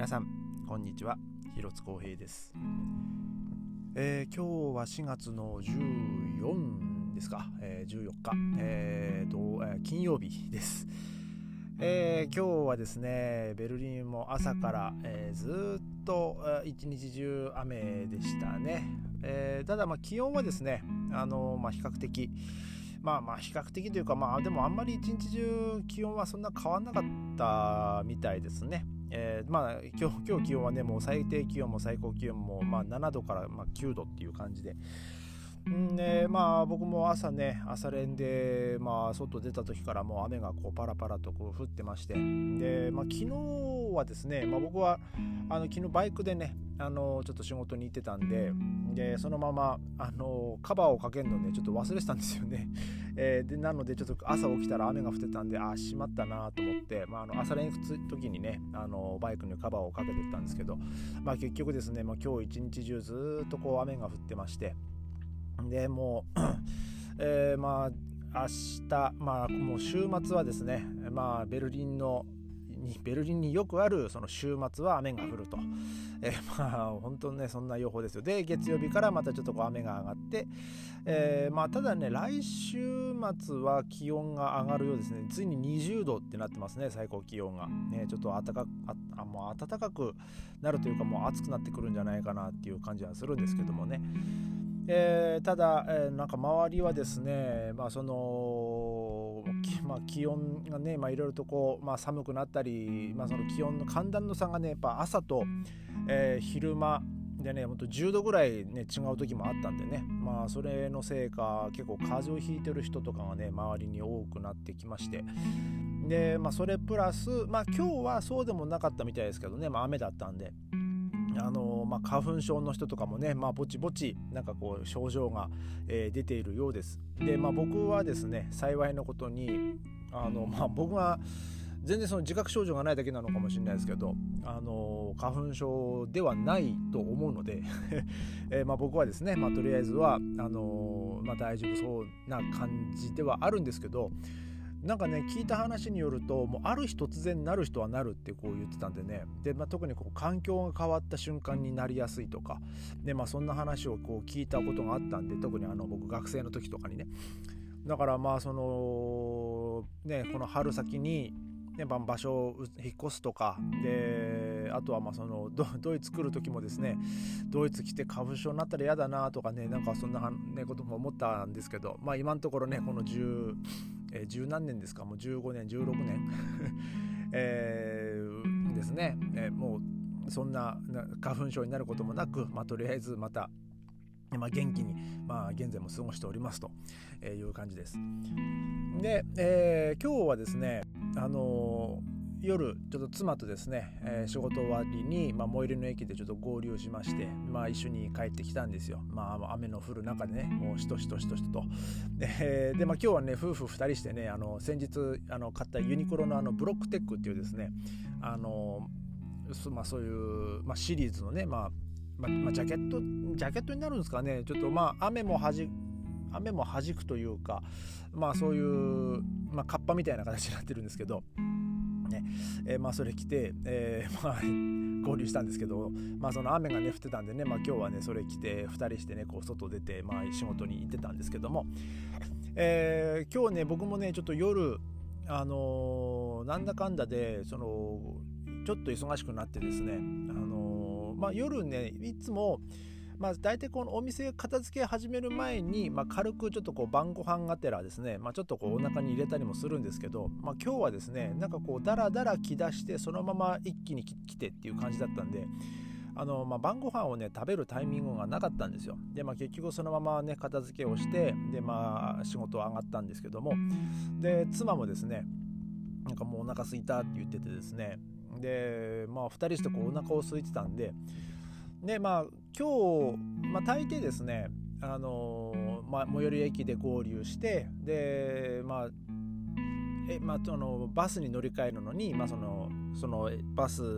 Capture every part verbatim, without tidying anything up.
皆さんこんにちは、広津光平です。えー、今日はしがつのじゅうよっかですか、えー、じゅうよっか、えーとえー、金曜日です。えー、今日はですね、ベルリンも朝から、えー、ずっと一日中雨でしたね。えー、ただまあ気温はですね、あのーまあ、比較的まあまあ比較的というか、まあでもあんまり一日中気温はそんな変わんなかったみたいですね。えー、まあ今日、今日気温はね、もう最低気温も最高気温もまあななどからまあきゅうどっていう感じで、んでまあ僕も朝ね、朝練でまあ外出た時からもう雨がこうパラパラとこう降ってまして、でまあ昨日はですね、まあ僕はあの昨日バイクでね、あのちょっと仕事に行ってたんで、でそのままあのカバーをかけるのねちょっと忘れてたんですよね。えー、でなのでちょっと朝起きたら雨が降ってたんで、あしまったなと思って、まあ、あの朝練行く時にね、あのバイクにカバーをかけてったんですけど、まあ結局ですね、まあ、今日一日中ずっとこう雨が降ってまして、でもう、えー、まあ明日、まあもう週末はですね、まあベルリンのベルリンによくあるその週末は雨が降ると、えー、まあ本当にねそんな予報ですよ。で月曜日からまたちょっとこう雨が上がって、えー、まあただね来週末は気温が上がるようですね。ついににじゅうどってなってますね、最高気温がね。ちょっと暖かくあもう暖かくなるというか、もう暑くなってくるんじゃないかなっていう感じはするんですけどもね。えー、ただ、えー、なんか周りはですね、まあそのまあ、気温がね、まあ、いろいろとこう、まあ、寒くなったり、まあ、その気温の寒暖の差がね、やっぱ朝と、えー、昼間でね、ほんとじゅうどぐらい、ね、違う時もあったんでね、まあそれのせいか結構風邪をひいてる人とかがね周りに多くなってきまして、で、まあ、それプラス、まあ、今日はそうでもなかったみたいですけどね、まあ、雨だったんで。あのまあ、花粉症の人とかもね、まあ、ぼちぼちなんかこう症状が、えー、出ているようです。で、まあ、僕はですね幸いのことにあの、まあ、僕が全然その自覚症状がないだけなのかもしれないですけど、あの花粉症ではないと思うので、えーまあ、僕はですね、まあ、とりあえずはあの、まあ、大丈夫そうな感じではあるんですけど、なんかね聞いた話によると、もうある日突然なる人はなるってこう言ってたんでね。で、まあ、特にこう環境が変わった瞬間になりやすいとかで、まあ、そんな話をこう聞いたことがあったんで、特にあの僕学生の時とかにね。だからまあそのねこの春先に、ね、場所を引っ越すとかで、あとはまあその ド, ドイツ来る時もですね、ドイツ来て花粉症になったら嫌だなとかね、なんかそんな、ね、ことも思ったんですけど、まあ今のところねこのじゅうえー、十何年ですか、もうじゅうごねんじゅうろくねん、えー、ですね、えー、もうそんな花粉症になることもなく、まあ、とりあえずまた、まあ、元気に、まあ、現在も過ごしておりますという感じです。で、えー、今日はですね、あのー夜ちょっと妻とですね、えー、仕事終わりに、まあ、最寄りの駅でちょっと合流しまして、まあ、一緒に帰ってきたんですよ。まあ、雨の降る中でね、もうしとしとしとしととで、で、まあ、今日はね夫婦ふたりしてね、あの先日あの買ったユニクロのあのブロックテックっていうですね、あのそ、まあ、そういう、まあ、シリーズのね、まあまあまあ、ジャケットジャケットになるんですかね。ちょっとまあ雨もはじ雨も弾くというか、まあそういう、まあ、カッパみたいな形になってるんですけどね、えー、まあそれ着て、えー、まあ合流したんですけど、まあその雨がね降ってたんでね、まあ今日はねそれ着てふたりしてねこう外出て、まあ仕事に行ってたんですけども、えー、今日ね僕もねちょっと夜あのー、なんだかんだでそのちょっと忙しくなってですね、あのー、まあ夜ねいつもまあ、大体このお店片付け始める前に、まあ、軽くちょっとこう晩ご飯がてらですね、まあ、ちょっとこうお腹に入れたりもするんですけど、まあ、今日はですねなんかこうダラダラ着出してそのまま一気に来てっていう感じだったんで、あの、まあ、晩ご飯をね食べるタイミングがなかったんですよ。で、まあ、結局そのままね片付けをしてで、まあ、仕事上がったんですけども、で妻もですねなんかもうお腹空いたって言っててですね、でまあふたりしてこうお腹を空いてたんで、でまあ今日、まあ、大抵ですね、あのーまあ、最寄り駅で合流して、でまあえまあ、そのバスに乗り換えるのに、まあ、そのそのバス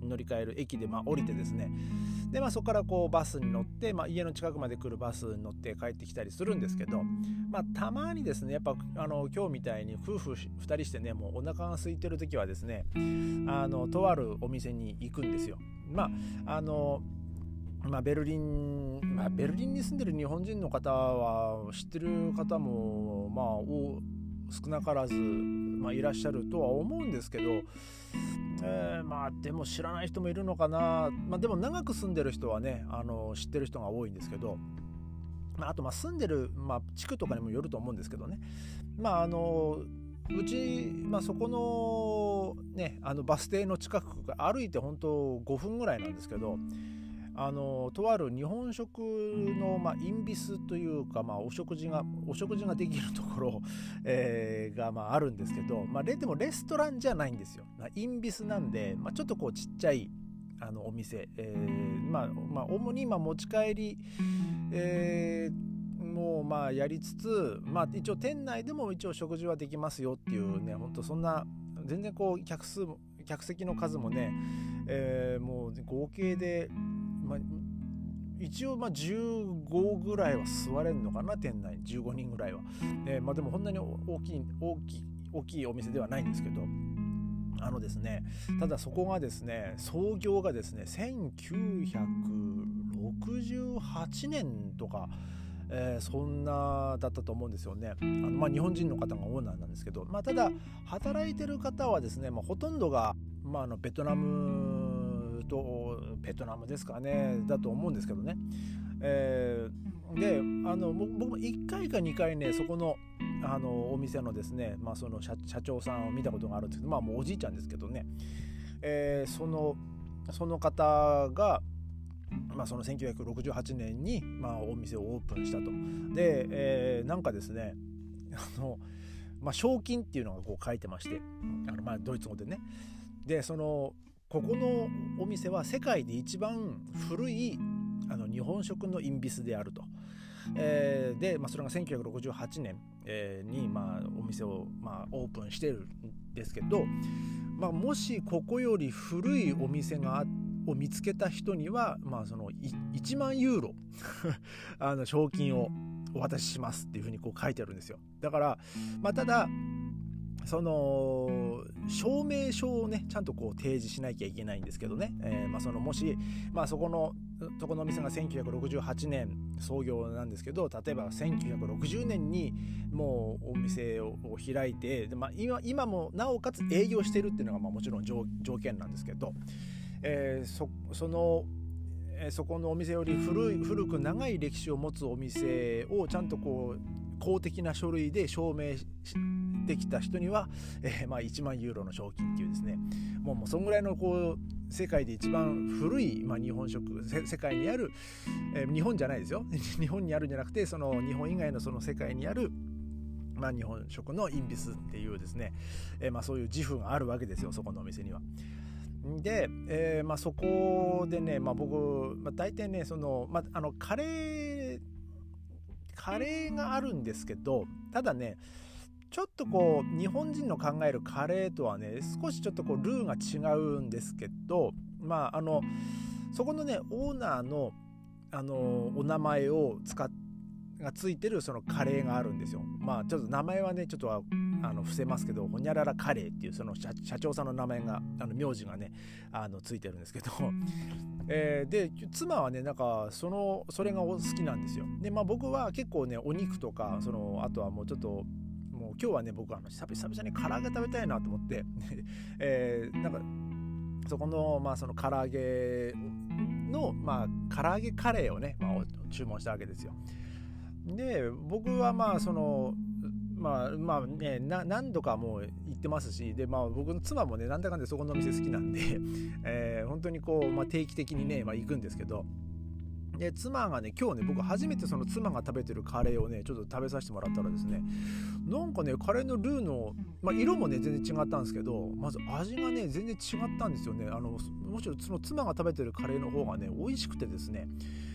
乗り換える駅でまあ降りてですね、で、まあ、そこからこうバスに乗って、まあ、家の近くまで来るバスに乗って帰ってきたりするんですけど、まあ、たまにですねやっぱあの今日みたいに夫婦ふたりしてねもうお腹が空いてる時はですねあのとあるお店に行くんですよ。まああのまあ、ベルリン、まあ、ベルリンに住んでる日本人の方は知ってる方もまあ少なからず、まあ、いらっしゃるとは思うんですけど、えー、まあでも知らない人もいるのかな、まあ、でも長く住んでる人はねあの知ってる人が多いんですけど、まあ、あとまあ住んでる、まあ、地区とかにもよると思うんですけどね、まああのうち、まあ、そこのねあのバス停の近くから歩いて本当ごふんぐらいなんですけど、あのとある日本食の、まあ、インビスというか、まあ、お食事がお食事ができるところ、えー、が、まあ、あるんですけど、まあ、でもレストランじゃないんですよ。インビスなんで、まあ、ちょっとこうちっちゃいあのお店、えーまあまあ、主に今持ち帰り、えー、もうまあやりつつ、まあ、一応店内でも一応食事はできますよっていうね、本当そんな全然こう客数客席の数もね、えー、もう合計でまあ、一応まあじゅうごぐらいは座れるのかな、店内じゅうごにんぐらいは、えー、まあでもこんなに大きい大きい大きいお店ではないんですけど、あのですねただそこがですね創業がですねせんきゅうひゃくろくじゅうはちねんとか、えー、そんなだったと思うんですよね。あの、まあ、日本人の方がオーナーなんですけど、まあ、ただ働いてる方はですね、まあ、ほとんどが、まあ、あのベトナムとベトナムですかねだと思うんですけどね、えー、であの僕もいっかいかにかいねそこのあのお店のですね、まあ、その 社, 社長さんを見たことがあるんですけど、まあもうおじいちゃんですけどね、えー、そのその方が、まあ、そのせんきゅうひゃくろくじゅうはちねんに、まあ、お店をオープンしたと。で、えー、なんかですねあの、まあ、賞金っていうのがこう書いてまして、あのまあドイツ語でね、でそのここのお店は世界で一番古いあの日本食のインビスであると、えー、で、まあ、それがせんきゅうひゃくろくじゅうはちねん、えー、に、まあ、お店を、まあ、オープンしてるんですけど、まあ、もしここより古いお店がを見つけた人には、まあ、そのいちまんユーロあの賞金をお渡ししますっていうふうにこう書いてあるんですよ。だから、まあ、ただその証明書をねちゃんとこう提示しなきゃいけないんですけどね、えーまあ、そのもし、まあ、そこのそこのお店がせんきゅうひゃくろくじゅうはちねん創業なんですけど、例えばせんきゅうひゃくろくじゅうねんにもうお店を開いて、で、まあ、今, 今もなおかつ営業してるっていうのがまあもちろん 条, 条件なんですけど、えー、そ, そのそこのお店より 古, い古く長い歴史を持つお店をちゃんとこう公的な書類で証明できた人には、えーまあ、いちまんユーロの賞金っていうですね、もう、もうそんぐらいのこう世界で一番古い、まあ、日本食世界にある、えー、日本じゃないですよ日本にあるんじゃなくてその日本以外のその世界にある、まあ、日本食のインビスっていうですね、えーまあ、そういう自負があるわけですよ、そこのお店には。で、えーまあ、そこでね、まあ、僕、まあ、大体ねその、まあ、あのカレーカレーがあるんですけど、ただねちょっとこう日本人の考えるカレーとはね少しちょっとこうルーが違うんですけど、まああのそこのねオーナーのあのお名前を使っがついてるそのカレーがあるんですよ。まあちょっと名前はねちょっとあの伏せますけど、ホニャララカレーっていうその 社, 社長さんの名前があの名字がねあのついてるんですけど、えー、で妻はねなんかそのそれが好きなんですよ。でまあ僕は結構ねお肉とかそのあとはもうちょっともう今日はね僕はあの久々に唐揚げ食べたいなと思って、えー、なんかそこのまあその唐揚げのまあ唐揚げカレーをね、まあ、注文したわけですよ。で僕はまあそのまあまあねな何度かもう行ってますし、でまあ僕の妻もねなんだかんだそこのお店好きなんで、えー、本当にこう、まあ、定期的にね、まあ、行くんですけど、で妻がね今日ね僕初めてその妻が食べてるカレーをねちょっと食べさせてもらったらですね、なんかねカレーのルーの、まあ、色もね全然違ったんですけど、まず味がね全然違ったんですよね。あのむしろその妻が食べてるカレーの方がね美味しくてですね、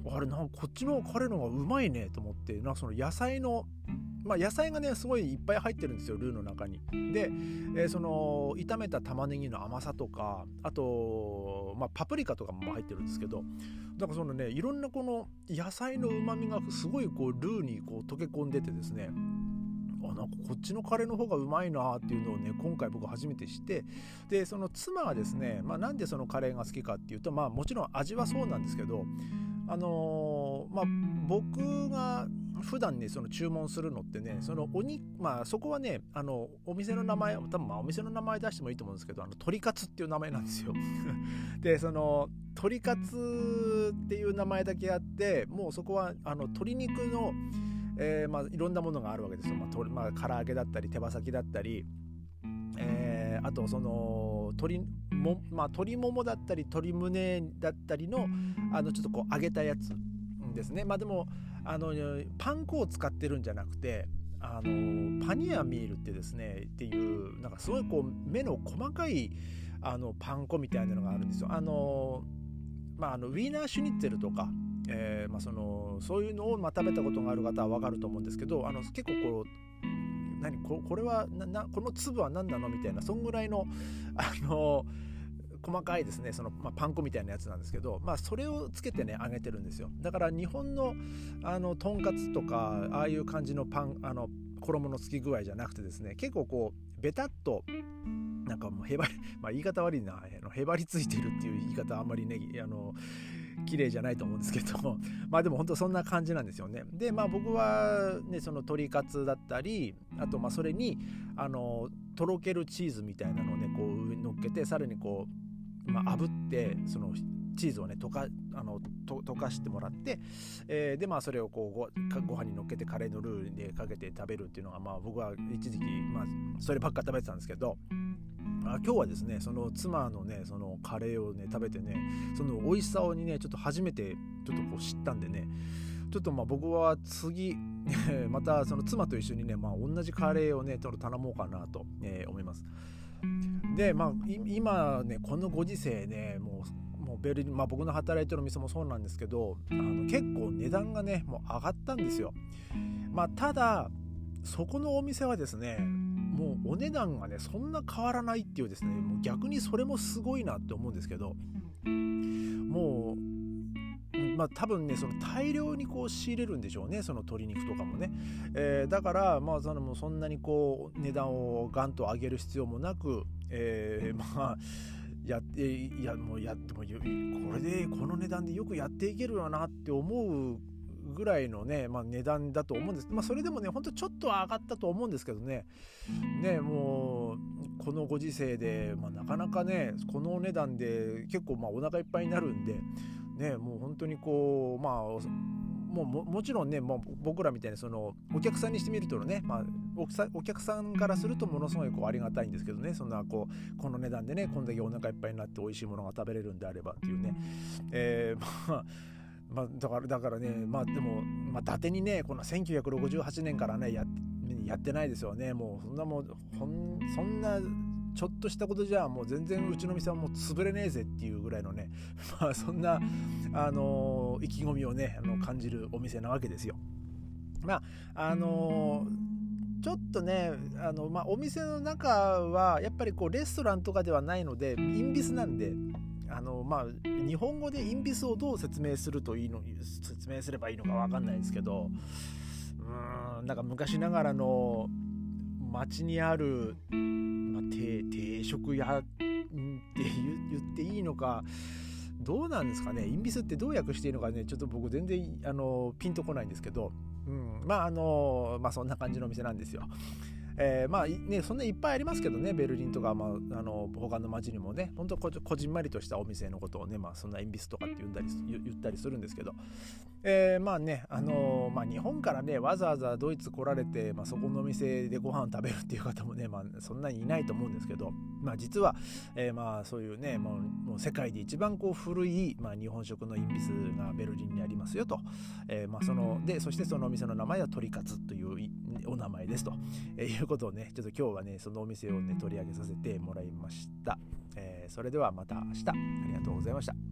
あれなんかこっちのカレーの方がうまいねと思って、なんかその野菜のまあ野菜がねすごいいっぱい入ってるんですよ、ルーの中に。で、えー、その炒めた玉ねぎの甘さとか、あと、まあ、パプリカとかも入ってるんですけど、だからそのねいろんなこの野菜のうまみがすごいこうルーにこう溶け込んでてですね、あなんかこっちのカレーの方がうまいなっていうのをね今回僕初めて知って、でその妻がですね、まあ、なんでそのカレーが好きかっていうと、まあもちろん味はそうなんですけど、あのー、まあ僕が普段ねその注文するのってね、そのお肉、まあそこはねあのお店の名前、多分まあお店の名前出してもいいと思うんですけど、あの鶏カツっていう名前なんですよでその鶏カツっていう名前だけあって、もうそこはあの鶏肉のえーまあ、いろんなものがあるわけですよ。まあとまあ、唐揚げだったり手羽先だったり、えー、あとその鶏も、まあ、鶏ももだったり鶏胸だったりの、あのちょっとこう揚げたやつですね。まあでもあのパン粉を使ってるんじゃなくて、あのパニアミールってですねっていうなんかすごいこう目の細かいあのパン粉みたいなのがあるんですよ。あのまああのウィーナーシュニッツェルとか、えーまあ、そのそういうのをまあ食べたことがある方は分かると思うんですけど、あの結構こう何 こ, これはななこの粒は何なのみたいな、そんぐらいのあの細かいですね、その、まあ、パン粉みたいなやつなんですけど、まあ、それをつけてね揚げてるんですよ。だから日本のあのとんかつとかああいう感じのパン、あの衣のつき具合じゃなくてですね、結構こうベタっとなんかもうへばり、まあ、言い方悪いな、へばりついてるっていう言い方あんまりねあの綺麗じゃないと思うんですけどまあでも本当そんな感じなんですよね。でまあ僕はねその鶏カツだったり、あとまあそれにあのとろけるチーズみたいなのをねこう上に乗っけて、さらにこう、まあ、炙ってそのチーズをね溶かあのと溶かしてもらって、えー、でまあそれをこう ご, ご飯に乗っけてカレーのルーでかけて食べるっていうのが、まあ僕は一時期まあそればっか食べてたんですけど、あ今日はですねその妻のねそのカレーをね食べてね、その美味しさをにねちょっと初めてちょっとこう知ったんでね、ちょっとまあ僕は次またその妻と一緒にね、まあ、同じカレーをねちょっと頼もうかなと、えー、思います。でまあ今ねこのご時世ね、もうもうベルリン、まあ、僕の働いてるお店もそうなんですけど、あの結構値段がねもう上がったんですよ。まあただそこのお店はですねもうお値段がねそんな変わらないっていうですね、もう逆にそれもすごいなって思うんですけど、もうまあ多分ねその大量にこう仕入れるんでしょうね、その鶏肉とかもね、えー、だからまあそのもうそんなにこう値段をガンと上げる必要もなく、えー、まあやっていやもうやってもこれでこの値段でよくやっていけるよなって思うぐらいのね、まあ、値段だと思うんです。まあそれでもねほんとちょっとは上がったと思うんですけどね、ねもうこのご時世で、まあ、なかなかねこの値段で結構まあお腹いっぱいになるんでね、もう本当にこうまあもう も, もちろんねもう僕らみたいにそのお客さんにしてみるとね、まあ、お, お客さんからするとものすごいこうありがたいんですけどね、そんなこうこの値段でねこんだけお腹いっぱいになって美味しいものが食べれるんであればっていうね、えー、まあまあ、だからだからねまあでも、まあ、伊達にねこのせんきゅうひゃくろくじゅうはちねんからね や, やってないですよね。もうそんなもうほんそんなちょっとしたことじゃもう全然うちの店はもう潰れねえぜっていうぐらいのねまあそんなあのー、意気込みをねあの感じるお店なわけですよ。まああのー、ちょっとねあの、まあ、お店の中はやっぱりこうレストランとかではないのでインビスなんで、あのまあ日本語でインビスをどう説明するといいの説明すればいいのか分かんないですけど、うーんなんか昔ながらの町にある、まあ、定, 定食屋って言っていいのかどうなんですかね。インビスってどう訳していいのかねちょっと僕全然あのピンとこないんですけど、うん、まああのまあそんな感じのお店なんですよ。えー、まあねそんないっぱいありますけどね、ベルリンとか、まあ、あの他の街にもね本当ここじんまりとしたお店のことをね、まあ、そんなインビスとかって言ったり言ったりするんですけど、えー、まあねあのーまあ、日本からねわざわざドイツ来られて、まあ、そこのお店でご飯食べるっていう方もね、まあ、そんなにいないと思うんですけど、まあ、実は、えー、まあそういうねもう、もう世界で一番こう古い、まあ、日本食のインビスがベルリンにありますよと、えーまあ、そのでそしてそのお店の名前は鳥カツというお名前ですと、えー、いうことをねちょっと今日はねそのお店をね取り上げさせてもらいました。えー、それではまた明日、ありがとうございました。